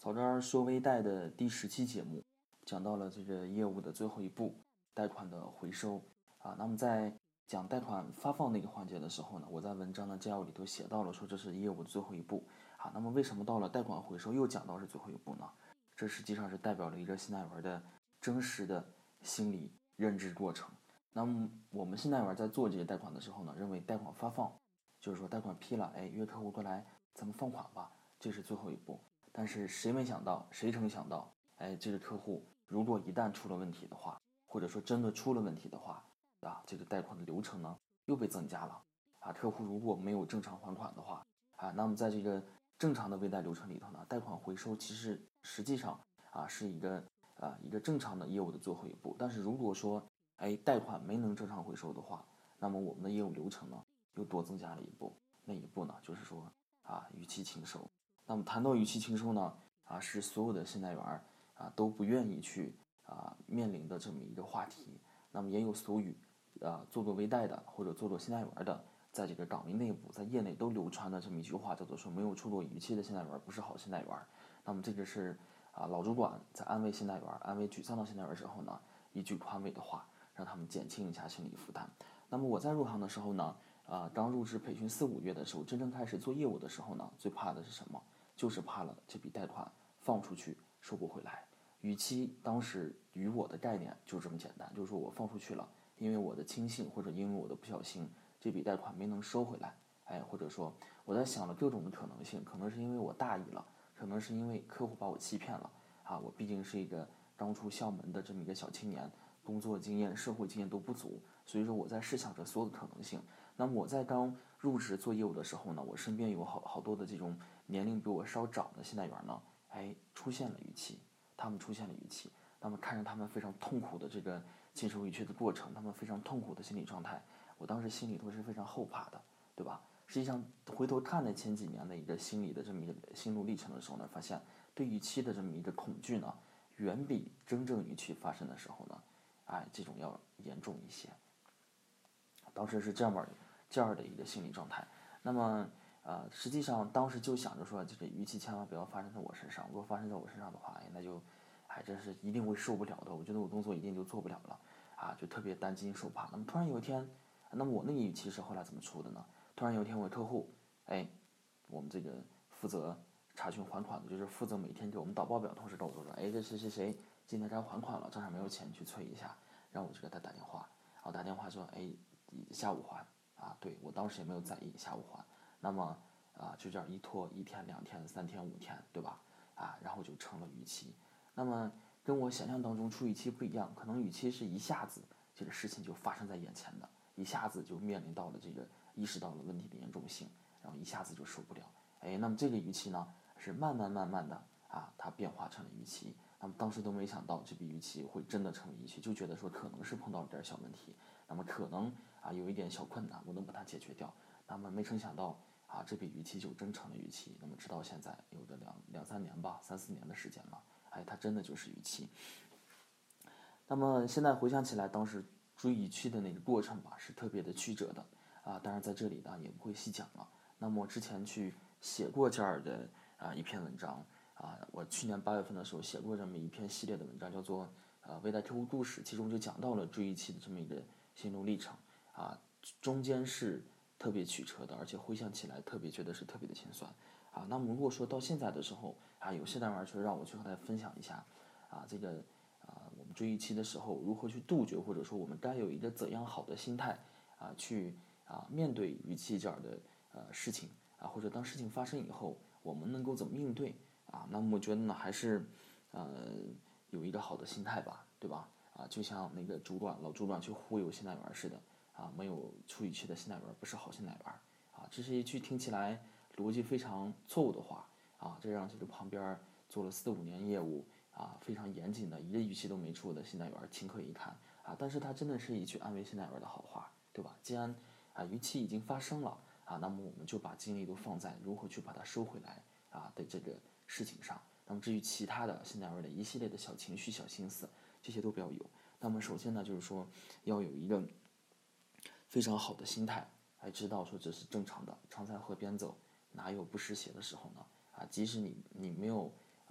早知说微贷的第10期节目，讲到了这个业务的最后一步，贷款的回收啊。那么在讲贷款发放那个环节的时候呢，我在文章的摘要里头写到了，说这是业务的最后一步啊。那么为什么到了贷款回收又讲到是最后一步呢？这实际上是代表了一个信贷员的真实的心理认知过程。那么我们信贷员在做这些贷款的时候呢，认为贷款发放就是说贷款批了，约客户过来咱们放款吧，这是最后一步。但是谁曾想到，这个客户如果一旦出了问题的话，或者说真的出了问题的话，这个贷款的流程呢又被增加了客户如果没有正常还款的话那么在这个正常的微贷流程里头呢，贷款回收实际上是一个正常的业务的最后一步。但是如果说贷款没能正常回收的话，那么我们的业务流程呢又多增加了一步，那一步呢就是说逾期清收。那么谈到逾期清收呢，是所有的信贷员都不愿意去面临的这么一个话题。那么也有俗语做微贷的或者做信贷员的，在这个岗位内部，在业内都流传的这么一句话，叫做说没有出过逾期的信贷员不是好信贷员。那么这个是老主管在安慰信贷员、安慰沮丧的信贷员时候呢，一句宽慰的话，让他们减轻一下心理负担。那么我在入行的时候呢，刚入职培训4、5月的时候，真正开始做业务的时候呢，最怕的是什么？就是怕了这笔贷款放出去收不回来。逾期当时与我的概念就这么简单，就是说我放出去了，因为我的轻信或者因为我的不小心，这笔贷款没能收回来，或者说我在想了各种的可能性，可能是因为我大意了，可能是因为客户把我欺骗了我毕竟是一个刚出校门的这么一个小青年，工作经验、社会经验都不足，所以说我在试想着所有的可能性。那么我在刚入职做业务的时候呢，我身边有好多的这种年龄比我稍长的信贷员呢，出现了逾期，他们出现了逾期。那么看着他们非常痛苦的这个接受逾期的过程，他们非常痛苦的心理状态，我当时心里头是非常后怕的，对吧？实际上回头看了前几年的一个心理的这么一个心路历程的时候呢，发现对逾期的这么一个恐惧呢，远比真正逾期发生的时候呢，这种要严重一些。当时是这样的一个心理状态。那么实际上当时就想着说，这个逾期千万不要发生在我身上。如果发生在我身上的话，那就真是一定会受不了的。我觉得我工作一定就做不了了就特别担惊受怕。那么突然有一天，那么我那个逾期是后来怎么出的呢？突然有一天，我的客户，我们这个负责查询还款的，就是负责每天给我们导报表同事跟我说，这谁谁谁今天该还款了，账上没有钱，去催一下。让我就给他打电话，然后打电话说，下午还对，我当时也没有在意，下午还。那么就这样一拖1天、2天、3天、5天，对吧？然后就成了逾期。那么跟我想象当中出逾期不一样，可能逾期是一下子这个事情就发生在眼前的，一下子就面临到了这个意识到了问题的严重性，然后一下子就受不了。那么这个逾期呢是慢慢的它变化成了逾期。那么当时都没想到这笔逾期会真的成为逾期，就觉得说可能是碰到了点小问题，那么可能有一点小困难，我能把它解决掉。那么没成想到这笔逾期就真成了逾期。那么直到现在有个两三年吧，3、4年的时间了，它真的就是逾期。那么现在回想起来，当时追逾期的那个过程吧，是特别的曲折的当然在这里呢也不会细讲了。那么我之前去写过这样的一篇文章我去年8月份的时候写过这么一篇系列的文章，叫做微贷客户故事，其中就讲到了追逾期的这么一个心路历程中间是特别曲折的，而且回想起来觉得是特别的心酸那么如果说到现在的时候有信贷员说让我去和大家分享一下这个我们追逾期的时候如何去杜绝，或者说我们该有一个怎样好的心态去面对逾期这样的事情或者当事情发生以后我们能够怎么应对那么我觉得呢还是有一个好的心态吧，对吧就像那个老主管去忽悠信贷员似的没有出逾期的信贷员不是好信贷员这是一句听起来逻辑非常错误的话这让这个旁边做了4、5年业务非常严谨的一个逾期都没出的信贷员情何以堪但是他真的是一句安慰信贷员的好话，对吧？既然逾期已经发生了那么我们就把精力都放在如何去把它收回来的这个事情上。那么至于其他的信贷员的一系列的小情绪、小心思，这些都不要有。那么首先呢，就是说要有一个非常好的心态，知道说这是正常的，常在河边走，哪有不湿鞋的时候呢？即使你没有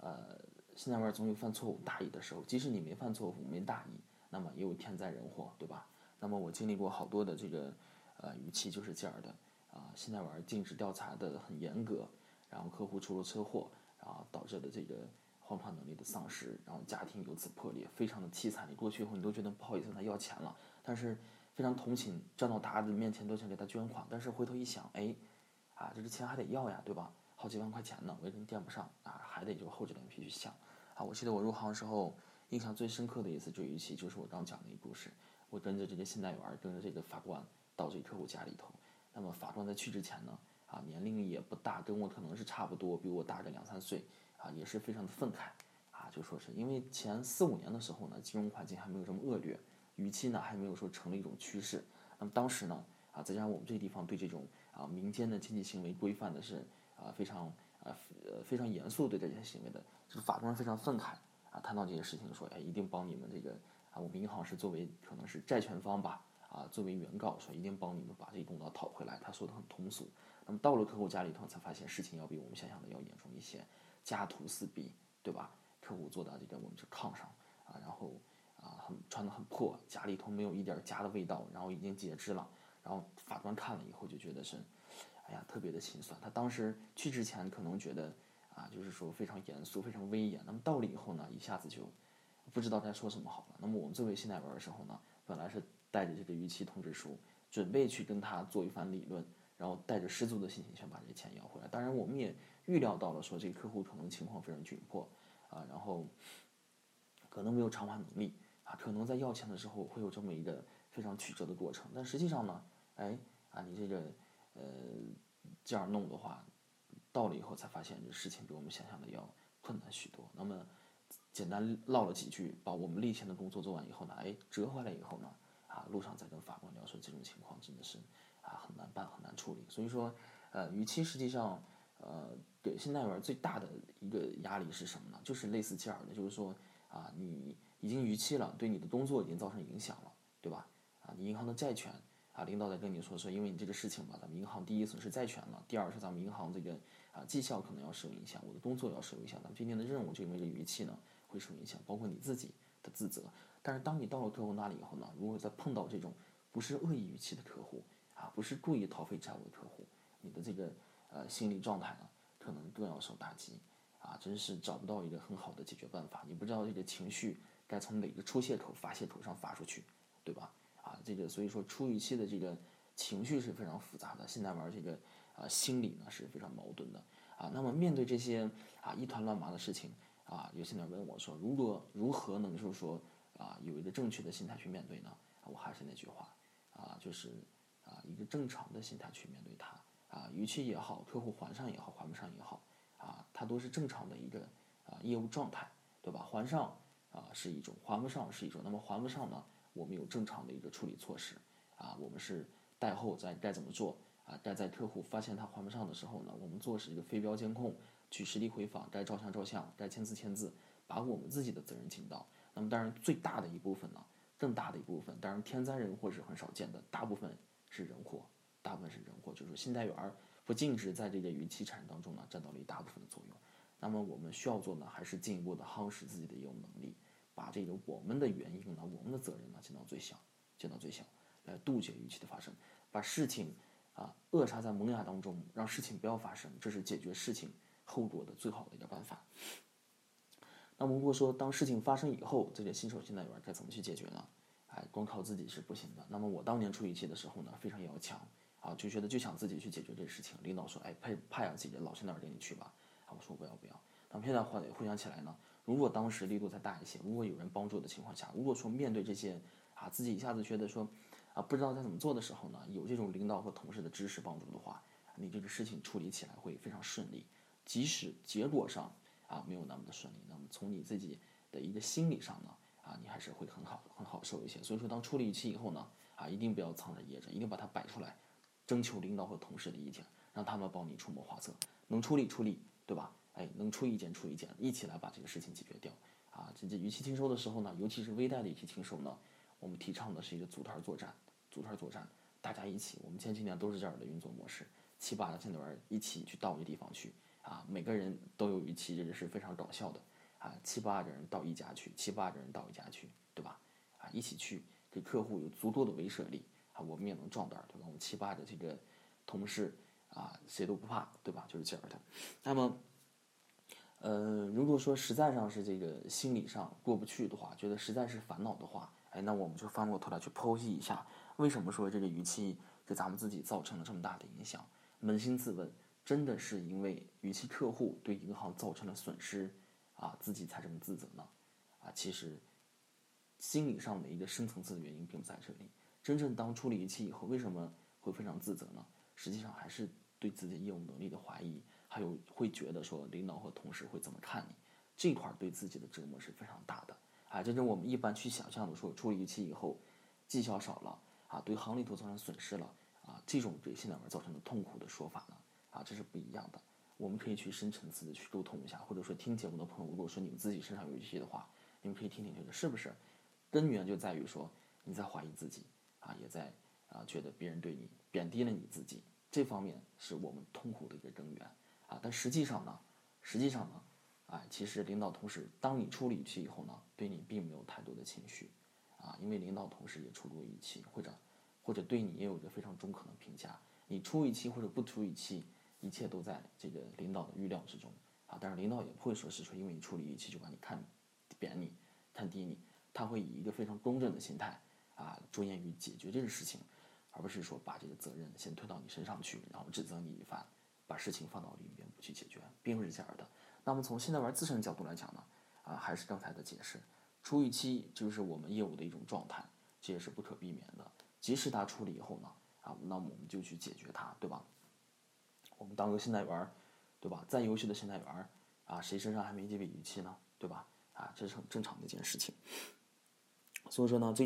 信贷员总有犯错误大意的时候，即使你没犯错误没大意，那么也有天灾人祸，对吧？那么我经历过好多的这个逾期就是这样的信贷员尽职调查的很严格，然后客户出了车祸，然后导致的这个还款能力的丧失，然后家庭由此破裂，非常的凄惨。你过去以后你都觉得不好意思跟他要钱了，但是非常同情，站到他的面前都想给他捐款，但是回头一想，哎，这个钱还得要呀，对吧？好几万块钱呢，我也跟垫不上还得就厚着脸皮去想我记得我入行的时候，印象最深刻的一次追逾期，就是我刚讲的一故事。我跟着这个信贷员，跟着这个法官到这个客户家里头。那么法官在去之前呢，年龄也不大，跟我可能是差不多，比我大个2、3岁也是非常的愤慨就说是因为前4、5年的时候呢，金融环境还没有这么恶劣，逾期呢还没有说成了一种趋势。那么当时呢再加上我们这个地方对这种民间的经济行为规范的是非常严肃对待这些行为的，这个法官非常愤慨谈到这些事情说，一定帮你们这个我们银行是作为可能是债权方吧作为原告说一定帮你们把这个公道讨回来。他说的很通俗。那么到了客户家里头才发现事情要比我们想象的要严重一些，家徒四壁，对吧？客户坐到这个我们这炕上然后穿得很破，家里头没有一点家的味道，然后已经截肢了。然后法官看了以后就觉得是特别的心酸。他当时去之前可能觉得就是说非常严肃非常威严，那么到了以后呢一下子就不知道该说什么好了。那么我们作为信贷员的时候呢，本来是带着这个逾期通知书准备去跟他做一番理论，然后带着十足的信心想把这个钱要回来。当然我们也预料到了说这个客户可能情况非常窘迫然后可能没有偿还能力可能在要钱的时候会有这么一个非常曲折的过程。但实际上呢你这个这样弄的话，到了以后才发现这事情比我们想象的要困难许多。那么简单唠了几句，把我们例前的工作做完以后呢，折回来以后呢路上再跟法官聊说这种情况真的是很难办很难处理。所以说逾期实际上给信贷员最大的一个压力是什么呢？就是类似这样的，就是说你已经逾期了，对你的工作已经造成影响了，对吧？你银行的债权领导在跟你说因为你这个事情吧，咱们银行第一损失债权了，第二是咱们银行这个绩效可能要受影响，我的工作要受影响，咱们今天的任务就因为这逾期呢会受影响，包括你自己的自责。但是当你到了客户那里以后呢，如果再碰到这种不是恶意逾期的客户不是故意逃废债务的客户，你的这个心理状态呢可能更要受打击真是找不到一个很好的解决办法。你不知道这个情绪该从哪个出泄口发泄口上发出去，对吧？这个所以说出逾期的这个情绪是非常复杂的，信贷员这个心理呢是非常矛盾的那么面对这些一团乱麻的事情有信贷员问我说，如何能就是说有一个正确的心态去面对呢？我还是那句话就是一个正常的心态去面对它逾期也好，客户还上也好，还不上也好它都是正常的一个业务状态，对吧？还上是一种，还不上是一种。那么还不上呢，我们有正常的一个处理措施我们是贷后该怎么做该在客户发现他还不上的时候呢，我们做是一个飞镖监控，去实地回访，该照相照相，该签字签字，把我们自己的责任尽到。那么当然最大的一部分呢，更大的一部分，当然天灾人祸是很少见的，大部分是人祸，就是信贷员不尽职在这个逾期产生当中呢，占到了一大部分的作用。那么我们需要做呢，还是进一步的夯实自己的业务能力，把这个我们的原因呢，我们的责任呢减到最小，来杜绝逾期的发生，把事情扼杀在萌芽当中，让事情不要发生，这是解决事情后果的最好的一个办法。那么如果说当事情发生以后，这个新手信贷员该怎么去解决呢？光靠自己是不行的。那么我当年出逾期的时候呢，非常要强就觉得就想自己去解决这个事情。领导说，派几个老信贷员给你去吧我说不要。那么现在回想起来呢，如果当时力度再大一些，如果有人帮助的情况下，如果说面对这些自己一下子觉得说不知道该怎么做的时候呢，有这种领导和同事的支持帮助的话，你这个事情处理起来会非常顺利。即使结果上没有那么的顺利，那么从你自己的一个心理上呢你还是会很好受一些。所以说当处理逾期以后呢一定不要藏着掖着，一定把它摆出来，征求领导和同事的意见，让他们帮你出谋划策，能处理处理，对吧？能出意见出意见，一起来把这个事情解决掉这逾期清收的时候呢，尤其是微贷的逾期清收呢，我们提倡的是一个组团作战，大家一起，我们前几年都是这样的运作模式，7、8个信贷员一起去到一个地方去每个人都有预期，这个是非常搞笑的7、8个人到一家去，7、8个人到一家去，对吧？一起去，给客户有足够的威慑力我们也能壮胆，对吧？我们7、8个这个同事谁都不怕，对吧？就是这样的。那么如果说实在上是这个心理上过不去的话，觉得实在是烦恼的话，那我们就翻过头来去剖析一下，为什么说这个预期给咱们自己造成了这么大的影响？扪心自问，真的是因为预期客户对银行造成了损失自己才这么自责呢？其实心理上的一个深层次的原因并不在这里。真正当出了预期以后，为什么会非常自责呢？实际上还是对自己业务能力的怀疑，还有会觉得说领导和同事会怎么看你，这块对自己的折磨是非常大的这是我们一般去想象的说出了预期以后，绩效少了对行里头造成损失了这种对信贷员造成的痛苦的说法呢这是不一样的。我们可以去深层次的去沟通一下，或者说听节目的朋友，如果说你们自己身上有预期的话，你们可以听听这个是不是根源就在于说你在怀疑自己也在觉得别人对你贬低了你自己，这方面是我们痛苦的一个根源但实际上呢，其实领导同事当你出了预期以后呢，对你并没有太多的情绪因为领导同事也出过预期，或者对你也有一个非常中肯的评价。你出预期或者不出预期，一切都在这个领导的预料之中但是领导也不会说是说因为你出了预期就把你看扁你、看低你，他会以一个非常公正的心态着眼于解决这个事情，而不是说把这个责任先推到你身上去，然后指责你一番，把事情放到另一边不去解决，并不是这样的。那么从信贷员自身的角度来讲呢还是刚才的解释，出预期就是我们业务的一种状态，这也是不可避免的。即使他出了以后呢那么我们就去解决它，对吧？我们当个信贷员，对吧？再优秀的信贷员谁身上还没这笔预期呢？对吧？这是很正常的一件事情。所以说呢，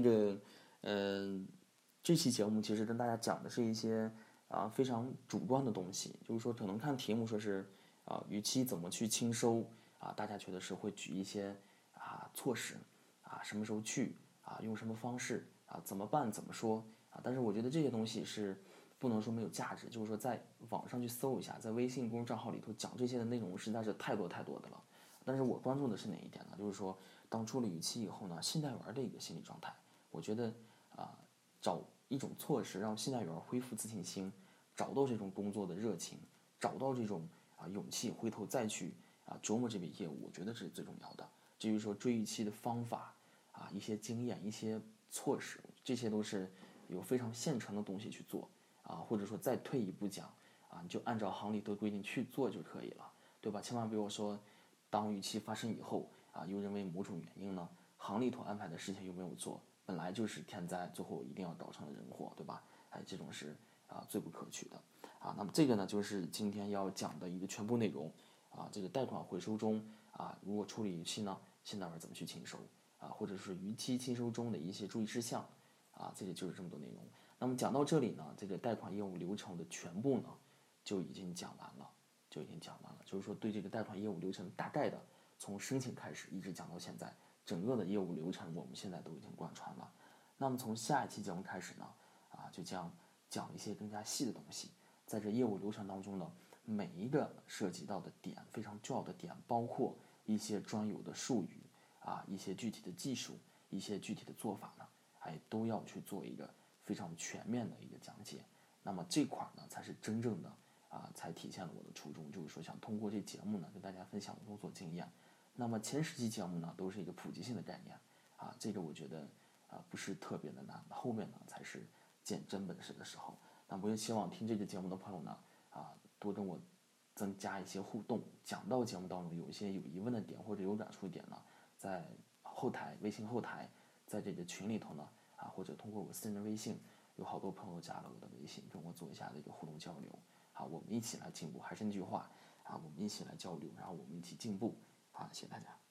这期节目其实跟大家讲的是一些非常主观的东西，就是说可能看题目说是预期怎么去清收大家觉得是会举一些措施什么时候去用什么方式怎么办怎么说但是我觉得这些东西是不能说没有价值，就是说在网上去搜一下，在微信公众账号里头讲这些的内容实在是太多太多的了。但是我关注的是哪一点呢？就是说当出了预期以后呢，信贷员的一个心理状态，我觉得找一种措施让信贷员恢复自信心，找到这种工作的热情，找到这种勇气，回头再去琢磨这笔业务，我觉得是最重要的。至于说追预期的方法一些经验、一些措施，这些都是有非常现成的东西去做或者说再退一步讲你就按照行里的规定去做就可以了，对吧？千万不要说当预期发生以后又认为某种原因呢，行里头安排的事情又没有做，本来就是天灾，最后一定要搞成了人祸，对吧？这种是最不可取的那么这个呢，就是今天要讲的一个全部内容这个贷款回收中如果处理逾期呢，信贷员怎么去清收或者是逾期清收中的一些注意事项这个就是这么多内容。那么讲到这里呢，这个贷款业务流程的全部呢就已经讲完了，就是说对这个贷款业务流程大概的从申请开始一直讲到现在，整个的业务流程我们现在都已经贯穿了。那么从下一期节目开始呢就将讲一些更加细的东西，在这业务流程当中呢，每一个涉及到的点非常重要的点，包括一些专有的术语一些具体的技术，一些具体的做法呢都要去做一个非常全面的一个讲解。那么这块呢才是真正的才体现了我的初衷，就是说想通过这节目呢跟大家分享工作经验。那么前10期节目呢都是一个普及性的概念这个我觉得不是特别的难，后面呢才是见真本事的时候。那我也希望听这个节目的朋友呢多跟我增加一些互动，讲到节目当中有一些有疑问的点或者有感触点呢，在后台微信后台，在这个群里头呢或者通过我私人微信，有好多朋友加了我的微信，跟我做一下的一个互动交流我们一起来进步。还是那句话我们一起来交流，然后我们一起进步谢谢大家。